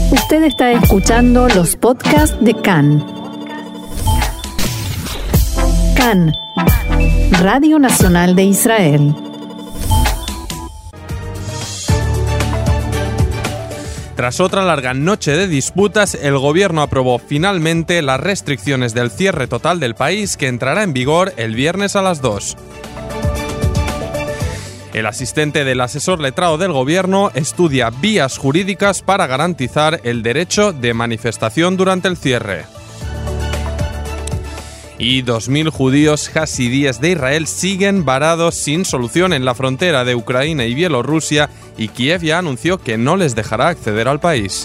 Usted está escuchando los podcasts de CAN. CAN, Radio Nacional de Israel. Tras otra larga noche de disputas, el gobierno aprobó finalmente las restricciones del cierre total del país que entrará en vigor el viernes a las 2. El asistente del asesor letrado del gobierno estudia vías jurídicas para garantizar el derecho de manifestación durante el cierre. Y 2.000 judíos hasidíes de Israel siguen varados sin solución en la frontera de Ucrania y Bielorrusia, y Kiev ya anunció que no les dejará acceder al país.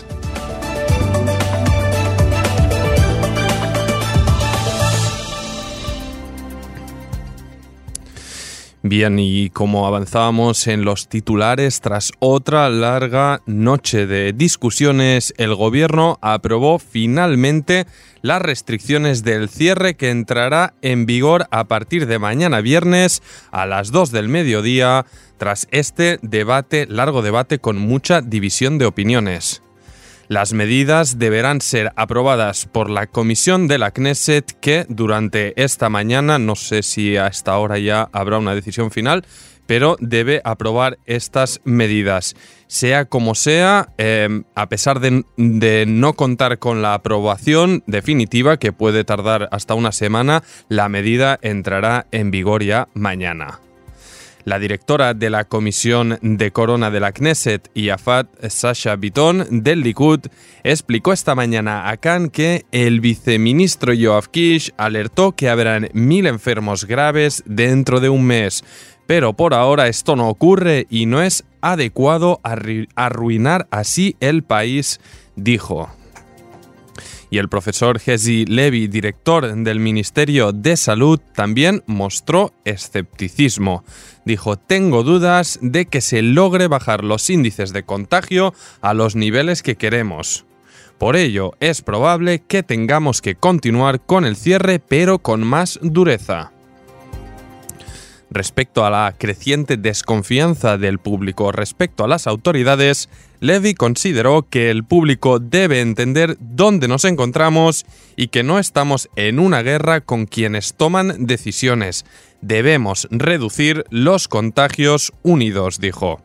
Bien, y como avanzábamos en los titulares, tras otra larga noche de discusiones, el gobierno aprobó finalmente las restricciones del cierre que entrará en vigor a partir de mañana viernes a las 2 del mediodía, tras este largo debate con mucha división de opiniones. Las medidas deberán ser aprobadas por la comisión de la Knesset, que durante esta mañana, no sé si a esta hora ya habrá una decisión final, pero debe aprobar estas medidas. Sea como sea, a pesar de no contar con la aprobación definitiva, que puede tardar hasta una semana, la medida entrará en vigor ya mañana. La directora de la Comisión de Corona de la Knesset, Yafat Sasha Biton, del Likud, explicó esta mañana a CAN que el viceministro Yoav Kish alertó que habrán 1.000 enfermos graves dentro de un mes. Pero por ahora esto no ocurre y no es adecuado arruinar así el país, dijo. Y el profesor Hezi Levi, director del Ministerio de Salud, también mostró escepticismo. Dijo: tengo dudas de que se logre bajar los índices de contagio a los niveles que queremos. Por ello, es probable que tengamos que continuar con el cierre, pero con más dureza. Respecto a la creciente desconfianza del público respecto a las autoridades, Levy consideró que el público debe entender dónde nos encontramos y que no estamos en una guerra con quienes toman decisiones. Debemos reducir los contagios unidos, dijo.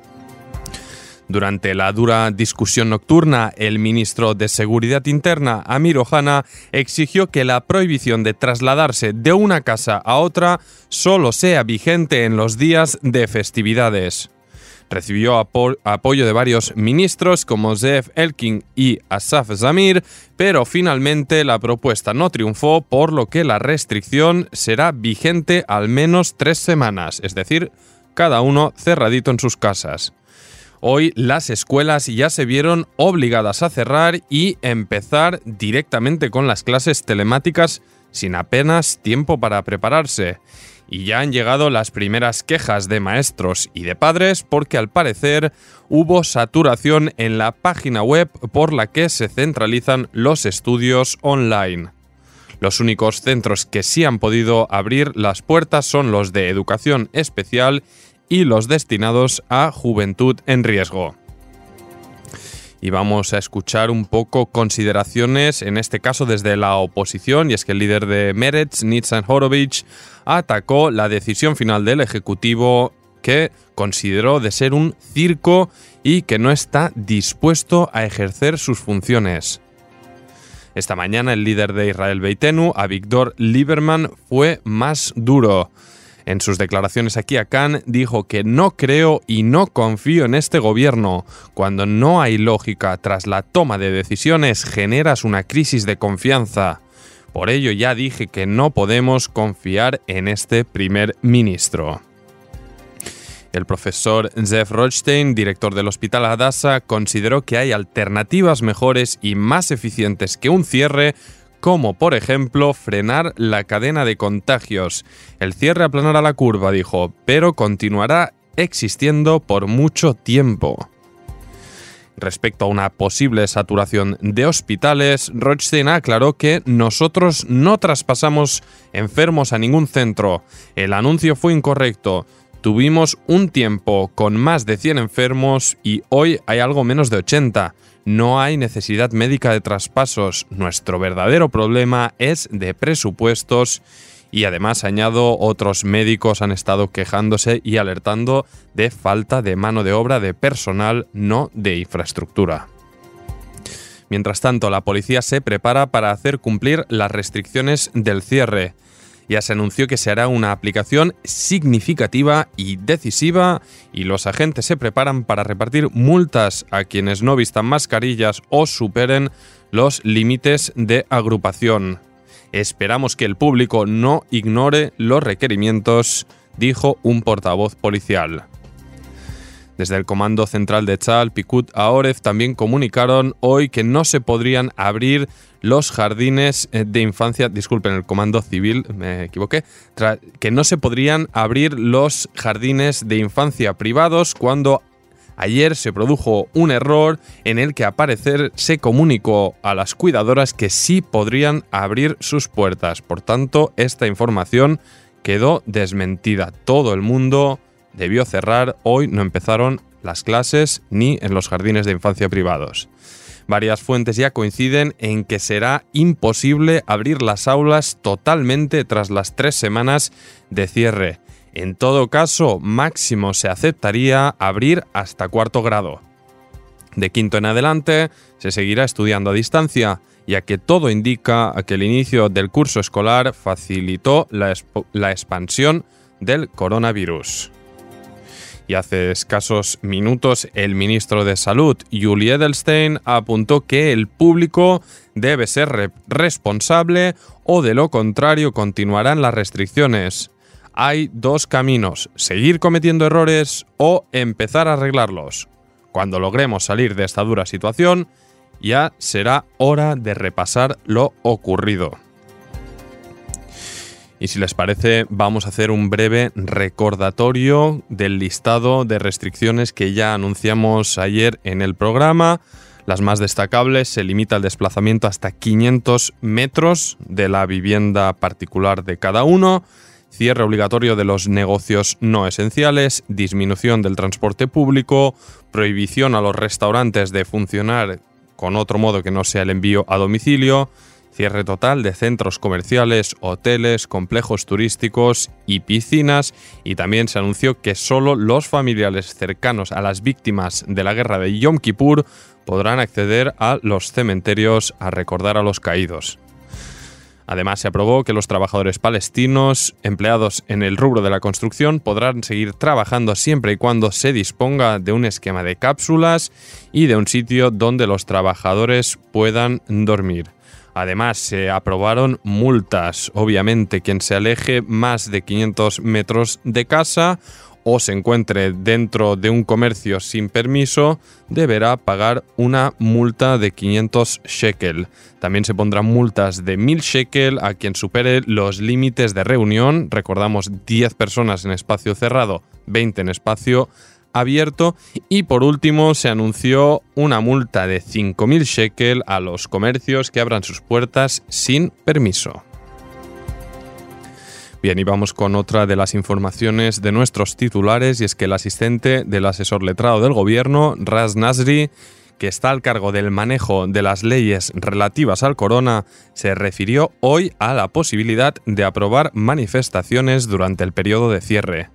Durante la dura discusión nocturna, el ministro de Seguridad Interna, Amir Ohana, exigió que la prohibición de trasladarse de una casa a otra solo sea vigente en los días de festividades. Recibió apoyo de varios ministros como Zeev Elkin y Asaf Zamir, pero finalmente la propuesta no triunfó, por lo que la restricción será vigente al menos 3 semanas, es decir, cada uno cerradito en sus casas. Hoy las escuelas ya se vieron obligadas a cerrar y empezar directamente con las clases telemáticas sin apenas tiempo para prepararse. Y ya han llegado las primeras quejas de maestros y de padres porque al parecer hubo saturación en la página web por la que se centralizan los estudios online. Los únicos centros que sí han podido abrir las puertas son los de educación especial y los destinados a juventud en riesgo. Y vamos a escuchar un poco consideraciones, en este caso desde la oposición, y es que el líder de Meretz, Nitzan Horowitz, atacó la decisión final del Ejecutivo, que consideró de ser un circo y que no está dispuesto a ejercer sus funciones. Esta mañana el líder de Israel Beitenu, Avigdor Lieberman, fue más duro. En sus declaraciones aquí a CAN dijo que no creo y no confío en este gobierno. Cuando no hay lógica tras la toma de decisiones, generas una crisis de confianza. Por ello ya dije que no podemos confiar en este primer ministro. El profesor Zev Rothstein, director del Hospital Hadassah, consideró que hay alternativas mejores y más eficientes que un cierre, como por ejemplo frenar la cadena de contagios. El cierre aplanará la curva, dijo, pero continuará existiendo por mucho tiempo. Respecto a una posible saturación de hospitales, Rothstein aclaró que nosotros no traspasamos enfermos a ningún centro. El anuncio fue incorrecto. Tuvimos un tiempo con más de 100 enfermos y hoy hay algo menos de 80. No hay necesidad médica de traspasos. Nuestro verdadero problema es de presupuestos. Y además, añado, otros médicos han estado quejándose y alertando de falta de mano de obra, de personal, no de infraestructura. Mientras tanto, la policía se prepara para hacer cumplir las restricciones del cierre. Ya se anunció que se hará una aplicación significativa y decisiva y los agentes se preparan para repartir multas a quienes no vistan mascarillas o superen los límites de agrupación. Esperamos que el público no ignore los requerimientos, dijo un portavoz policial. Desde el Comando Central de Tzal, Picud Aoref también comunicaron hoy que no se podrían abrir los jardines de infancia, disculpen, el Comando Civil, me equivoqué, que no se podrían abrir los jardines de infancia privados cuando ayer se produjo un error en el que al parecer se comunicó a las cuidadoras que sí podrían abrir sus puertas. Por tanto, esta información quedó desmentida. Todo el mundo debió cerrar. Hoy no empezaron las clases ni en los jardines de infancia privados. Varias fuentes ya coinciden en que será imposible abrir las aulas totalmente tras las 3 semanas de cierre. En todo caso, máximo se aceptaría abrir hasta 4º grado. De 5º en adelante se seguirá estudiando a distancia, ya que todo indica que el inicio del curso escolar facilitó la expansión del coronavirus. Y hace escasos minutos el ministro de Salud, Yuli Edelstein, apuntó que el público debe ser responsable o de lo contrario continuarán las restricciones. Hay 2 caminos, seguir cometiendo errores o empezar a arreglarlos. Cuando logremos salir de esta dura situación, ya será hora de repasar lo ocurrido. Y si les parece, vamos a hacer un breve recordatorio del listado de restricciones que ya anunciamos ayer en el programa. Las más destacables: se limita el desplazamiento hasta 500 metros de la vivienda particular de cada uno, cierre obligatorio de los negocios no esenciales, disminución del transporte público, prohibición a los restaurantes de funcionar con otro modo que no sea el envío a domicilio, cierre total de centros comerciales, hoteles, complejos turísticos y piscinas, y también se anunció que solo los familiares cercanos a las víctimas de la guerra de Yom Kippur podrán acceder a los cementerios a recordar a los caídos. Además, se aprobó que los trabajadores palestinos empleados en el rubro de la construcción podrán seguir trabajando siempre y cuando se disponga de un esquema de cápsulas y de un sitio donde los trabajadores puedan dormir. Además, se aprobaron multas. Obviamente, quien se aleje más de 500 metros de casa o se encuentre dentro de un comercio sin permiso, deberá pagar una multa de 500 shekel. También se pondrán multas de 1000 shekel a quien supere los límites de reunión. Recordamos, 10 personas en espacio cerrado, 20 en espacio abierto. Y por último, se anunció una multa de 5000 shekel a los comercios que abran sus puertas sin permiso. Bien, y vamos con otra de las informaciones de nuestros titulares, y es que el asistente del asesor letrado del gobierno, Raz Nasri, que está al cargo del manejo de las leyes relativas al corona, se refirió hoy a la posibilidad de aprobar manifestaciones durante el periodo de cierre.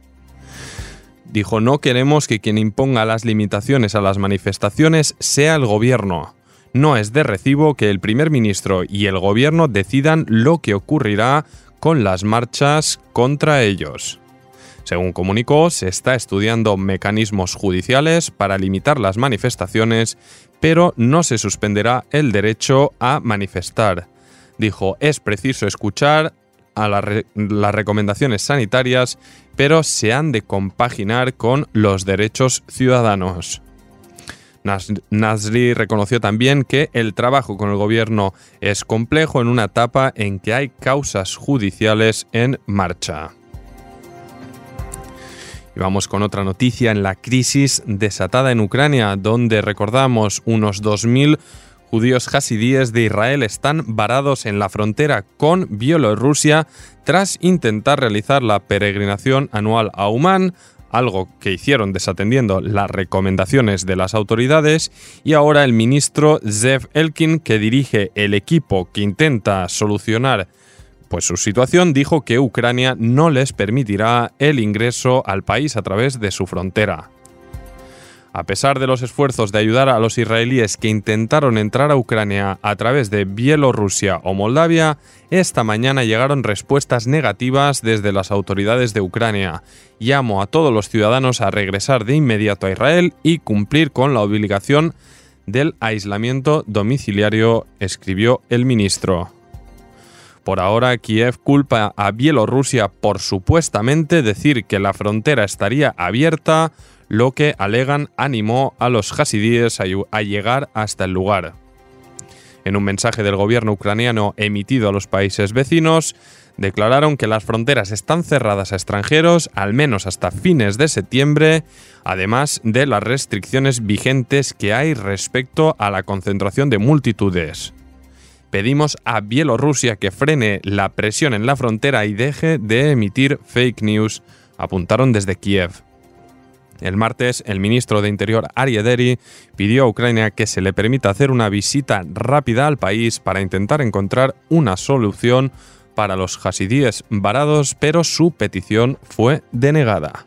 Dijo: no queremos que quien imponga las limitaciones a las manifestaciones sea el gobierno. No es de recibo que el primer ministro y el gobierno decidan lo que ocurrirá con las marchas contra ellos. Según comunicó, se está estudiando mecanismos judiciales para limitar las manifestaciones, pero no se suspenderá el derecho a manifestar. Dijo: es preciso escuchar a las recomendaciones sanitarias, pero se han de compaginar con los derechos ciudadanos. Nasri reconoció también que el trabajo con el gobierno es complejo en una etapa en que hay causas judiciales en marcha. Y vamos con otra noticia en la crisis desatada en Ucrania, donde recordamos unos 2000 judíos hasidíes de Israel están varados en la frontera con Bielorrusia tras intentar realizar la peregrinación anual a Umán algo que hicieron desatendiendo las recomendaciones de las autoridades, y ahora el ministro Zeev Elkin, que dirige el equipo que intenta solucionar su situación, dijo que Ucrania no les permitirá el ingreso al país a través de su frontera. A pesar de los esfuerzos de ayudar a los israelíes que intentaron entrar a Ucrania a través de Bielorrusia o Moldavia, esta mañana llegaron respuestas negativas desde las autoridades de Ucrania. Llamo a todos los ciudadanos a regresar de inmediato a Israel y cumplir con la obligación del aislamiento domiciliario, escribió el ministro. Por ahora, Kiev culpa a Bielorrusia por supuestamente decir que la frontera estaría abierta, lo que alegan animó a los hasidíes a llegar hasta el lugar. En un mensaje del gobierno ucraniano emitido a los países vecinos, declararon que las fronteras están cerradas a extranjeros al menos hasta fines de septiembre, además de las restricciones vigentes que hay respecto a la concentración de multitudes. Pedimos a Bielorrusia que frene la presión en la frontera y deje de emitir fake news, apuntaron desde Kiev. El martes, el ministro de Interior Aryeh Deri pidió a Ucrania que se le permita hacer una visita rápida al país para intentar encontrar una solución para los hasidíes varados, pero su petición fue denegada.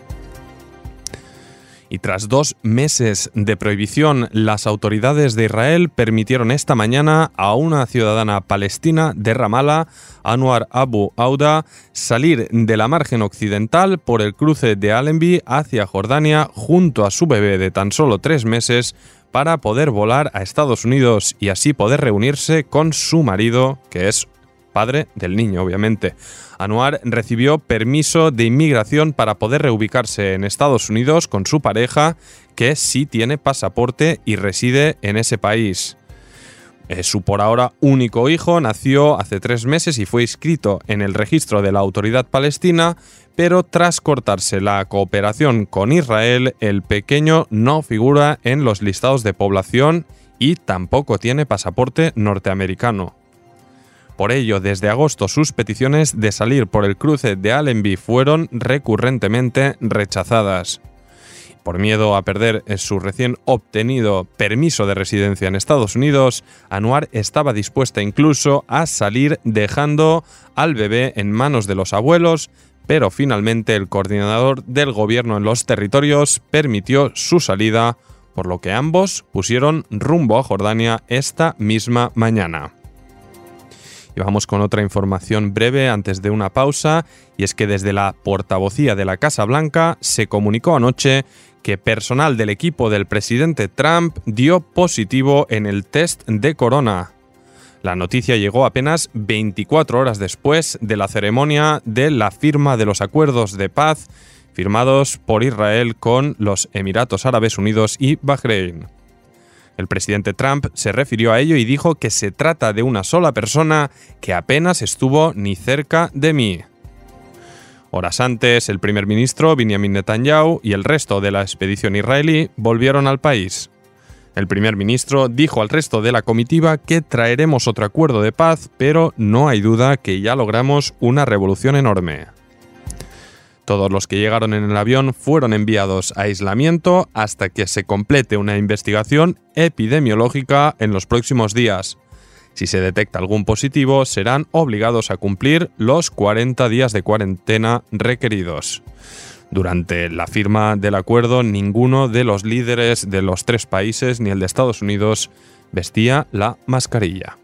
Y tras 2 meses de prohibición, las autoridades de Israel permitieron esta mañana a una ciudadana palestina de Ramallah, Anwar Abu Auda, salir de la margen occidental por el cruce de Allenby hacia Jordania junto a su bebé de tan solo 3 meses para poder volar a Estados Unidos y así poder reunirse con su marido, que es padre del niño, obviamente. Anwar recibió permiso de inmigración para poder reubicarse en Estados Unidos con su pareja, que sí tiene pasaporte y reside en ese país. Su por ahora único hijo nació hace 3 meses y fue inscrito en el registro de la Autoridad Palestina, pero tras cortarse la cooperación con Israel, el pequeño no figura en los listados de población y tampoco tiene pasaporte norteamericano. Por ello, desde agosto sus peticiones de salir por el cruce de Allenby fueron recurrentemente rechazadas. Por miedo a perder su recién obtenido permiso de residencia en Estados Unidos, Anwar estaba dispuesta incluso a salir dejando al bebé en manos de los abuelos, pero finalmente el coordinador del gobierno en los territorios permitió su salida, por lo que ambos pusieron rumbo a Jordania esta misma mañana. Y vamos con otra información breve antes de una pausa, y es que desde la portavocía de la Casa Blanca se comunicó anoche que personal del equipo del presidente Trump dio positivo en el test de corona. La noticia llegó apenas 24 horas después de la ceremonia de la firma de los acuerdos de paz firmados por Israel con los Emiratos Árabes Unidos y Bahrein. El presidente Trump se refirió a ello y dijo que se trata de una sola persona que apenas estuvo ni cerca de mí. Horas antes, el primer ministro Benjamin Netanyahu y el resto de la expedición israelí volvieron al país. El primer ministro dijo al resto de la comitiva que traeremos otro acuerdo de paz, pero no hay duda que ya logramos una revolución enorme. Todos los que llegaron en el avión fueron enviados a aislamiento hasta que se complete una investigación epidemiológica en los próximos días. Si se detecta algún positivo, serán obligados a cumplir los 40 días de cuarentena requeridos. Durante la firma del acuerdo, ninguno de los líderes de los 3 países, ni el de Estados Unidos, vestía la mascarilla.